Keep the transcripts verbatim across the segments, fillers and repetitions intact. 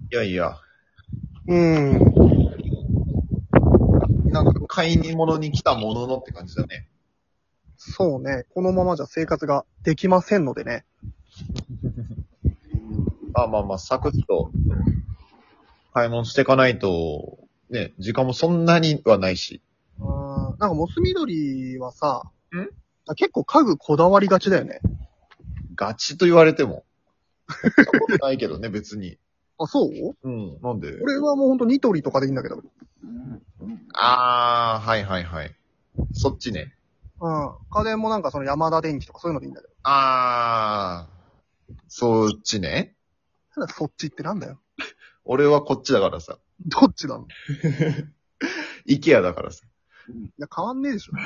いやいや、 うん。 なんか買い物に来たもののって感じだね。 そうね。このままじゃ生活ができませんのでね。 まあまあまあ、サクッと買い物していかないと、ね、時間もそんなにはないし。 うん。なんかモス緑はさ、 ん結構家具こだわりがちだよね。 ガチと言われても。そんなことないけどね、別に。 あ、そううん、なんで俺はもうほんとニトリとかでいいんだけど。 あー、はいはいはい。そっちね。 うん。家電もなんかそのヤマダ電機とかそういうのでいいんだけど。 あー、そっちね。 ただそっちってなんだよ。 俺はこっちだからさ。 どっちなの？ イケアだからさ。 いや、変わんねえでしょ。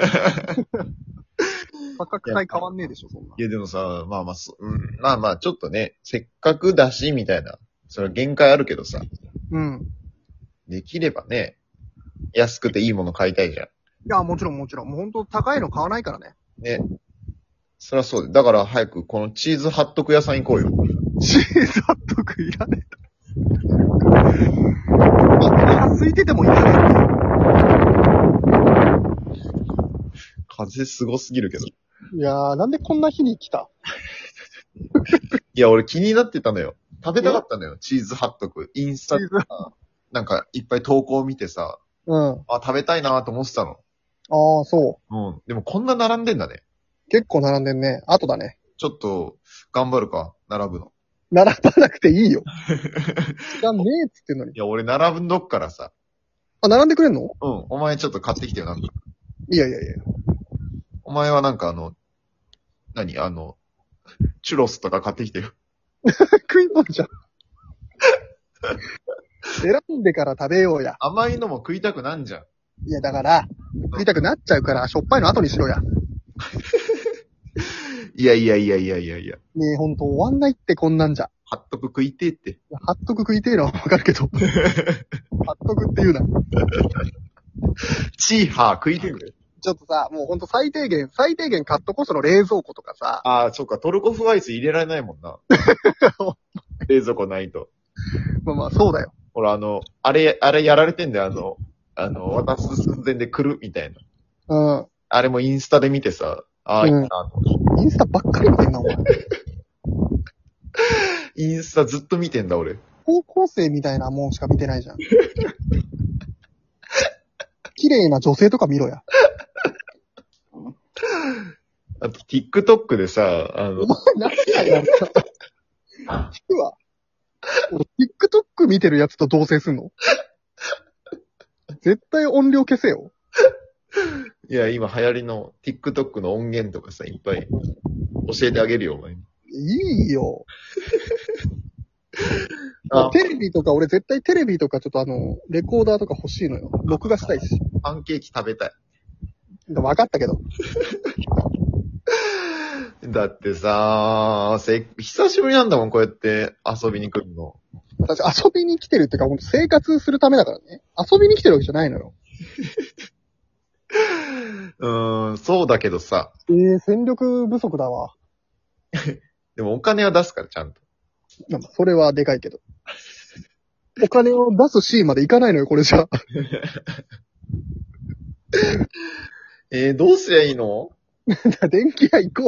価格帯変わんねえでしょ、そんな。 いやでもさ、まあまあ、そうん、まあまあ、ちょっとね、せっかくだし、みたいな。それは限界あるけどさ。 うん。 できればね、安くていいもの買いたいじゃん。 いや、もちろんもちろん。もうほんと高いの買わないからね。 ね。そりゃそうだよ。だから早くこのチーズハットク屋さん行こうよ。 チーズハットクいらねえ。お腹空いててもいらねえって。 風すごすぎるけど。 いやー、なんでこんな日に来た？ いや、俺気になってたのよ。食べたかったのよ。チーズハットク。インスタチーズ。 なんかいっぱい投稿を見てさ、 うん。 あ、食べたいなと思ってたの。 ああ、そうん。でもこんな並んでんだね。 う。結構並んでんね。あとだね。 ちょっと、頑張るか、並ぶの。 並ばなくていいよ。時間ねえっつってんのに。 いや、俺並ぶんどっからさ。 あ、並んでくれんの？ うん。お前ちょっと買ってきてよ、なんか。 いやいやいや。 お前はなんかあの、何あの、チュロスとか買ってきてよ。 食い物じゃん。選んでから食べようや。 甘いのも食いたくなんじゃん。 いや、だから、食いたくなっちゃうから、しょっぱいの後にしろや。 いやいやいやいやいやいや。 ねえ、ほんと終わんないってこんなんじゃ。 貼っとく食いてえって。 いや貼っとく食いてえのはわかるけど。貼っとくって言うな。 チーハー食いてえんだよ。 ちょっとさ、もうほんと最低限、最低限買っとこう、その冷蔵庫とかさ。 ああ、そっか、トルコフアイス入れられないもんな。冷蔵庫ないと。 まあまあ、そうだよ。 ほら、あの、あれ、あれやられてんだよ、あの、あの、渡す寸前で来るみたいな。 うん。 あれもインスタで見てさ、ああ、 うんいいなと思って。 インスタばっかり見てんな、お前。 インスタずっと見てんだ、俺。 高校生みたいなもんしか見てないじゃん。綺麗な女性とか見ろや。 あと、TikTok でさ、あのお、前何ややるか。聞くわ。俺、TikTok 見てるやつと同棲すんの？絶対音量消せよ。 いや、今流行りの TikTok の音源とかさ、いっぱい教えてあげるよ、お前に。 いいよ。 あ、 テレビとか、俺絶対テレビとかちょっとあの、レコーダーとか欲しいのよ。録画したいし。 パンケーキ食べたい。 分かったけど。 だってさ、せ、久しぶりなんだもん、こうやって遊びに来るの。 私遊びに来てるっていうか、ほんと生活するためだからね。遊びに来てるわけじゃないのよ。 うーん、そうだけどさ。 えー、戦力不足だわ。 でもお金は出すから、ちゃんと。 まあそれはでかいけど。お金を出すシーンまでいかないのよ、これじゃ。 えー、どうすりゃいいの？ 電気屋行こう。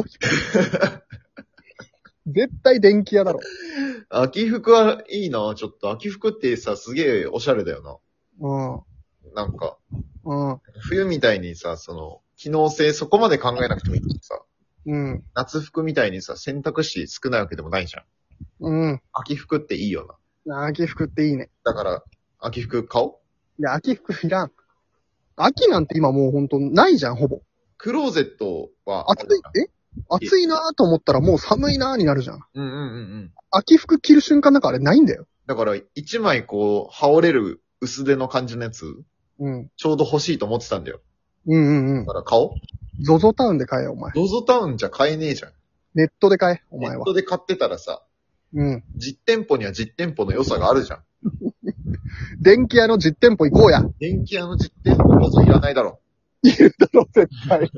絶対電気屋だろ。 秋服はいいな、ちょっと。秋服ってさ、すげえおしゃれだようん。 な。なんか、 うん。 冬みたいにさ、その、機能性そこまで考えなくてもいいけどさ、 うん。 夏服みたいにさ、選択肢少ないわけでもないじゃん。 うん。 秋服っていいよな。 秋服っていいね。 だから、秋服買おう。 いや、秋服いらん。秋なんて今もうほんとないじゃん、ほぼ。 クローゼットは、 暑い、え暑いなーと思ったらもう寒いなーになるじゃん。 うんうんうんうん。 秋服着る瞬間なんかあれないんだよ。 だから、一枚こう、羽織れる薄手の感じのやつ、 うん。 ちょうど欲しいと思ってたんだよ。 うんうんうんだ。から買おう。 ゾゾタウンで買えよ、お前。 ゾゾタウンじゃ買えねえじゃん。 ネットで買え、お前はネット。で買ってたらさ、 うん。 実店舗には実店舗の良さがあるじゃん。 電気屋の実店舗行こうや。 電気屋の実店舗こそいらないだろ。 いるだろ、絶対。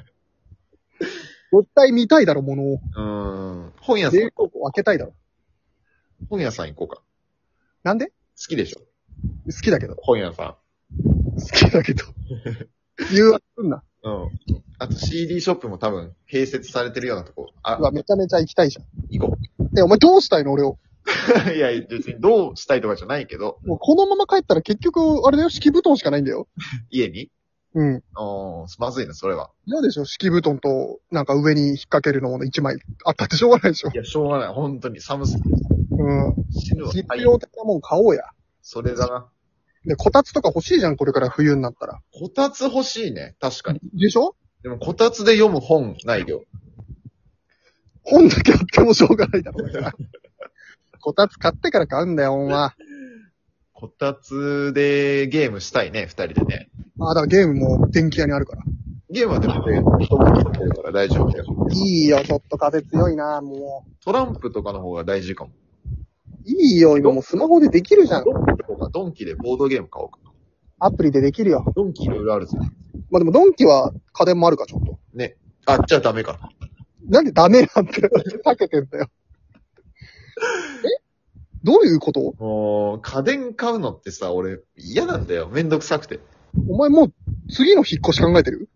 絶対見たいだろ、物を。 うーん。本屋さん冷、凍庫開けたいだろ。 本屋さん行こうか。 なんで？ 好きでしょ？ 好きだけど。 本屋さ好きだけど。誘惑すんな。 ん。うん。あと シーディー ショップも多分併設されてるようなとこ。あ、 うわ、めちゃめちゃ行きたいじゃん。 行こえ、お前どうしたいの俺を。 う。いや、別にどうしたいとかじゃないけど、 もうこのまま帰ったら結局、あれだよ、敷布団しかないんだよ。 家にうん。 うん、まずいな、それは。 嫌でしょ、敷布団と、なんか上に引っ掛けるのも一枚あったってしょうがないでしょ。 いや、しょうがない。本当に寒すぎて。 うん。 死ぬわ。 実はい。 用的なもん買おうや。 それだな。 で、こたつとか欲しいじゃん、これから冬になったら。 こたつ欲しいね。確かに。 でしょ？ でも、こたつで読む本ないよ。 本だけあってもしょうがないだろうから。こたつ買ってから買うんだよ、お前。 こたつでゲームしたいね、二人でね。 ああ、だからゲームも電気屋にあるから。 ゲームはでもね、人も来てるから大丈夫だよ。 いいよ、ちょっと風強いな、もトランプとかの方が大事かも。 う。いいよ、今もうスマホでできるじゃん。 ドンキとか、ドンキでボードゲーム買おうかな。 アプリでできるよ。 ドンキいろいろあるぞ。 まあでもドンキは家電もあるか、ちょっと。 ね。あ、じゃあダメか。 なんでダメなんて、避けてんだよ。え？どういうこと？ もう、家電買うのってさ、俺嫌なんだよ。めんどくさくて。 お前もう次の引っ越し考えてる？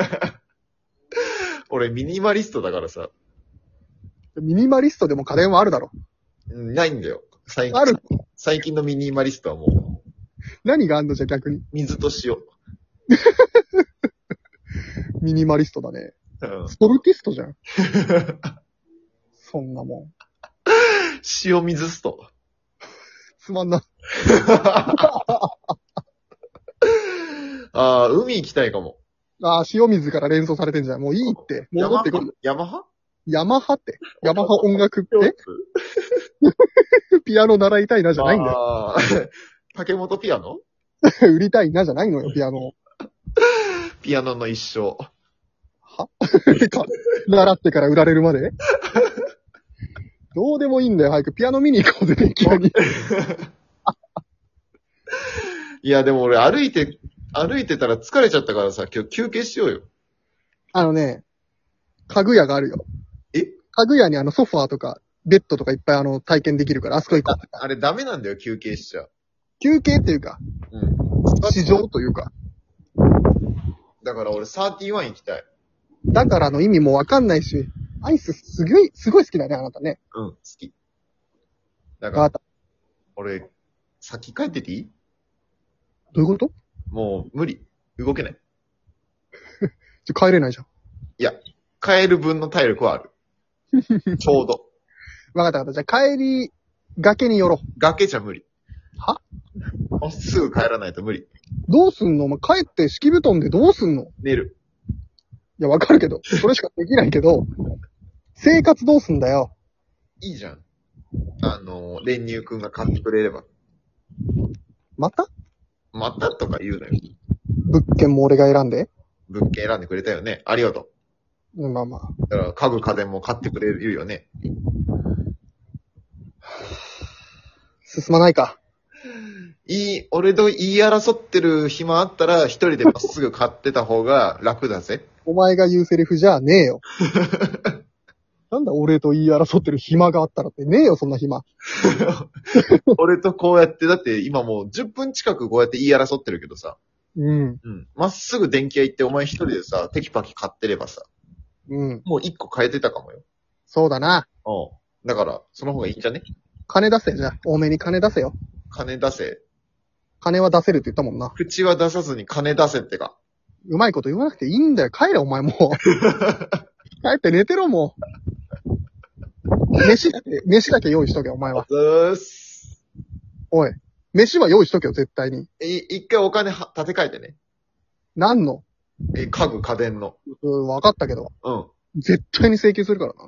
俺ミニマリストだからさ。 ミニマリストでも家電はあるだろ。 うんないんだよ。最近。 ある。 最近のミニマリストはもう、 何があんのじゃ逆に。 水と塩。 ミニマリストだね。 うん、 ソルティストじゃん。そんなもん。 塩水スト。 つまんな。 ああ、海行きたいかも。 ああ、塩水から連想されてんじゃん。もういいって。 ヤマハ戻ってくる。 ヤマハヤマハって。ヤマハ音楽ってピアノ習いたいなじゃないんだよ。 あー竹本ピアノ売りたいなじゃないのよ、ピアノ。 ピアノの一生。 はか習ってから売られるまでどうでもいいんだよ、早く。ピアノ見に行こうぜ、急に。 いや、でも俺歩いて、歩いてたら疲れちゃったからさ、今日休憩しようよ。 あのね、家具屋があるよ。 え？ 家具屋にあのソファーとか、ベッドとかいっぱいあの体験できるから、あそこ行こう。 あれダメなんだよ、休憩しちゃ。 休憩っていうか、 うん。 市場というか。 だから俺サーティワン行きたい。 だからの意味もわかんないし、アイスすごい、すごい好きだね、あなたね。 うん、好き。だあなた。 から、俺、先帰ってていい？ どういうこと？ もう無理。動けない。 じゃ帰れないじゃん。 いや、帰る分の体力はある。ちょうど。 わかったわかった。じゃあ帰り、崖に寄ろう。 崖じゃ無理。 は？ もうすぐ帰らないと無理。 どうすんの？お前帰って敷布団でどうすんの？ 寝る。 いや、わかるけど。それしかできないけど、生活どうすんだよ。 いいじゃん。あの、練乳くんが買ってくれれば。 また？ またとか言うのよ。 物件も俺が選んで。 物件選んでくれたよね。ありがとうんまあまあ。 う。だから家具家電も買ってくれるよね。 進まないか。 いい、俺と言い争ってる暇あったら一人でまっすぐ買ってた方が楽だぜ。 お前が言うセリフじゃねえよ。なんだ俺と言い争ってる暇があったらってねえよ、そんな暇。 俺とこうやって、だって今もうじゅっぷん近くこうやって言い争ってるけどさ。 うん。 うん。まっすぐ電気屋行ってお前一人でさ、テキパキ買ってればさ、 うん。 もう一個買えてたかもよ。 そうだな。 うん。だから、その方がいいんじゃね？ 金出せ、じゃあ。多めに金出せよ。 金出せ。 金は出せるって言ったもんな。 口は出さずに金出せってか。 うまいこと言わなくていいんだよ。帰れ、お前もう。帰って寝てろ、もう。飯だけ、飯だけ用意しとけ、お前は。 ずーす。 おい。飯は用意しとけよ、絶対に。 い、一回お金は立て替えてね。 何の？ え、家具家電の。 うん、分かったけど。 うん。 絶対に請求するからな。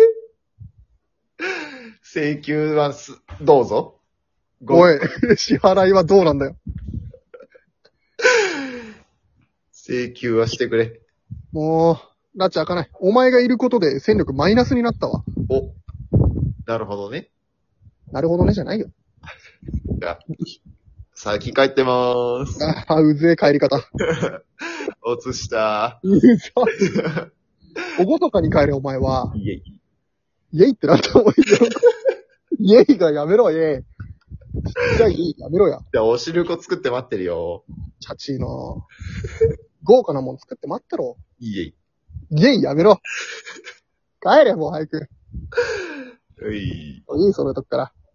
請求はす、どうぞ。ごおい、支払いはどうなんだよ。 請求はしてくれ。 もう、ラッチ開かない。お前がいることで戦力マイナスになったわ。 お。なるほどね。 なるほどね、じゃないよ。 じゃあ、先帰ってまーす。 ああ、うぜえ帰り方。 おつしたうざ。おごとかに帰れ、お前は。 ー。イェイ。 イェイってなんだ、お前。イェイがやめろ、イェイ。 じゃあいい、やめろや。 じゃあ、お汁粉作って待ってるよ。 チャチーなぁ。豪華なもん作って待ってろ。 いいえ。 ゲイやめろ。帰れ、もう早く。 うい。 いい、そのとこから。